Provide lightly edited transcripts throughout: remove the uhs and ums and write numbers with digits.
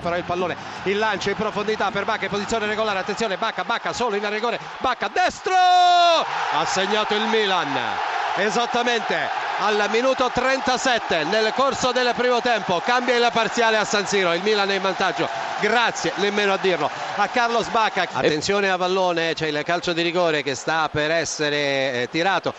però il pallone, il lancio in profondità per Bacca in posizione regolare, attenzione Bacca solo in rigore, Bacca destro, ha segnato il Milan esattamente al minuto 37 nel corso del primo tempo, cambia il parziale a San Siro, il Milan è in vantaggio, grazie nemmeno a dirlo a Carlos Bacca. Attenzione a pallone, c'è il calcio di rigore che sta per essere tirato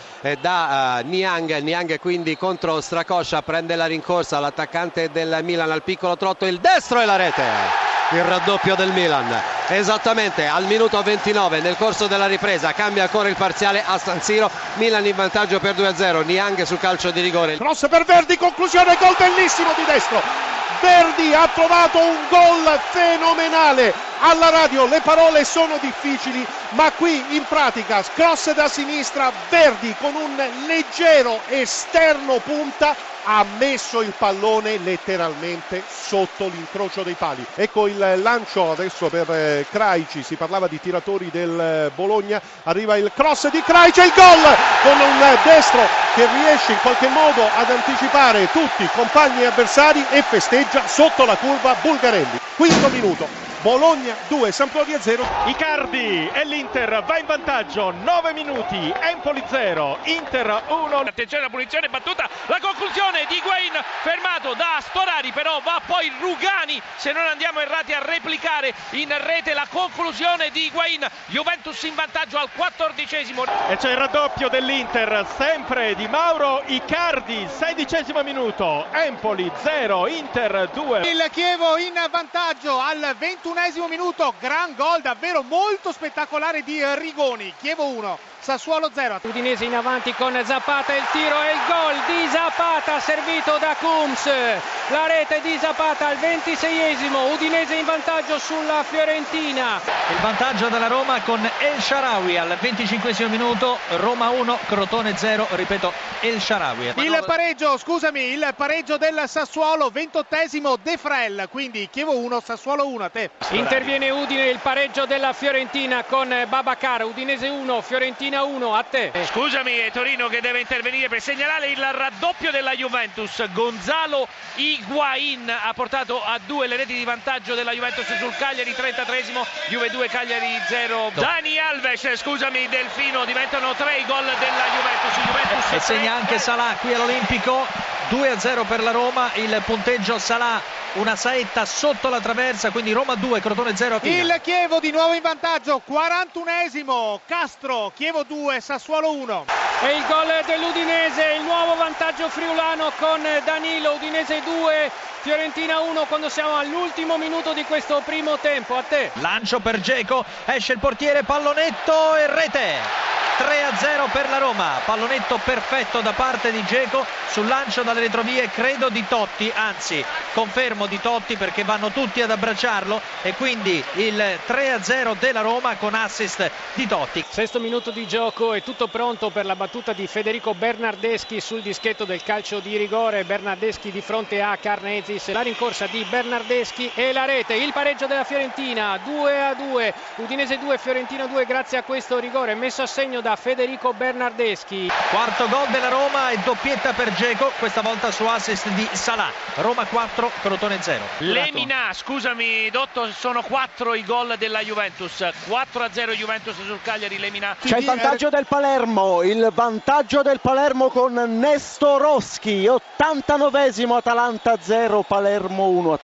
da Niang quindi contro Strakosha, prende la rincorsa l'attaccante del Milan al piccolo trotto, il destro e la rete. Il raddoppio del Milan esattamente al minuto 29 nel corso della ripresa, cambia ancora il parziale a San Siro, Milan in vantaggio per 2-0, Niang sul calcio di rigore. Cross per Verdi, conclusione, gol bellissimo di destro. Verdi ha trovato un gol fenomenale. Alla radio le parole sono difficili, ma qui in pratica cross da sinistra, Verdi con un leggero esterno punta ha messo il pallone letteralmente sotto l'incrocio dei pali. Ecco il lancio adesso per Krajci, si parlava di tiratori del Bologna, arriva il cross di Krajci e il gol con un destro che riesce in qualche modo ad anticipare tutti i compagni avversari e festeggia sotto la curva Bulgarelli. Quinto minuto. Bologna 2, Sampdoria 0. Icardi e l'Inter va in vantaggio, 9 minuti, Empoli 0, Inter 1. Attenzione alla punizione battuta, la conclusione di Higuain fermato da Storari, però va poi Rugani, se non andiamo errati, a replicare in rete la conclusione di Higuain. Juventus in vantaggio al 14esimo. E c'è il raddoppio dell'Inter, sempre di Mauro Icardi, 16esimo minuto, Empoli 0, Inter 2. Il Chievo in vantaggio al 21esimo minuto, gran gol davvero molto spettacolare di Rigoni. Chievo 1, Sassuolo 0. Udinese in avanti con Zapata, il tiro e il gol di Zapata servito da Coombs, la rete di Zapata al 26esimo, Udinese in vantaggio sulla Fiorentina. Il vantaggio della Roma con El Shaarawy al 25esimo minuto, Roma 1, Crotone 0, ripeto El Shaarawy. Il pareggio del Sassuolo, 28esimo De Frel, quindi Chievo 1, Sassuolo 1, a te. Interviene Udine, il pareggio della Fiorentina con Babacar, Udinese 1, Fiorentina 1, a te. Scusami, è Torino che deve intervenire per segnalare il raddoppio della Juventus. Gonzalo Higuain ha portato a 2 le reti di vantaggio della Juventus sul Cagliari, 33esimo, Juve 2, Cagliari 0. Dani Alves, scusami Delfino, diventano 3 i gol della Juventus. E segna anche Salah qui all'Olimpico, 2-0 per la Roma, il punteggio Salah. Una saetta sotto la traversa, quindi Roma 2, Crotone 0 a fine. Il Chievo di nuovo in vantaggio, 41esimo, Castro, Chievo 2, Sassuolo 1. E il gol dell'Udinese, il nuovo vantaggio friulano con Danilo, Udinese 2, Fiorentina 1 quando siamo all'ultimo minuto di questo primo tempo, a te. Lancio per Dzeko, esce il portiere, pallonetto e rete. 3-0 per la Roma, pallonetto perfetto da parte di Dzeko sul lancio dalle retrovie, credo di Totti, anzi confermo di Totti perché vanno tutti ad abbracciarlo e quindi il 3-0 della Roma con assist di Totti. Sesto minuto di gioco, è tutto pronto per la battuta di Federico Bernardeschi sul dischetto del calcio di rigore. Bernardeschi di fronte a Karnezis, la rincorsa di Bernardeschi e la rete, il pareggio della Fiorentina 2-2, Udinese 2, Fiorentina 2 grazie a questo rigore messo a segno da Federico Bernardeschi. Quarto gol della Roma e doppietta per Dzeko, questa volta su assist di Salah. Roma 4, Crotone 0. Lemina, scusami Dotto, sono 4 i gol della Juventus, 4-0 Juventus sul Cagliari. Lemina. C'è il vantaggio del Palermo, con Nestorowski, 89esimo, Atalanta 0, Palermo 1.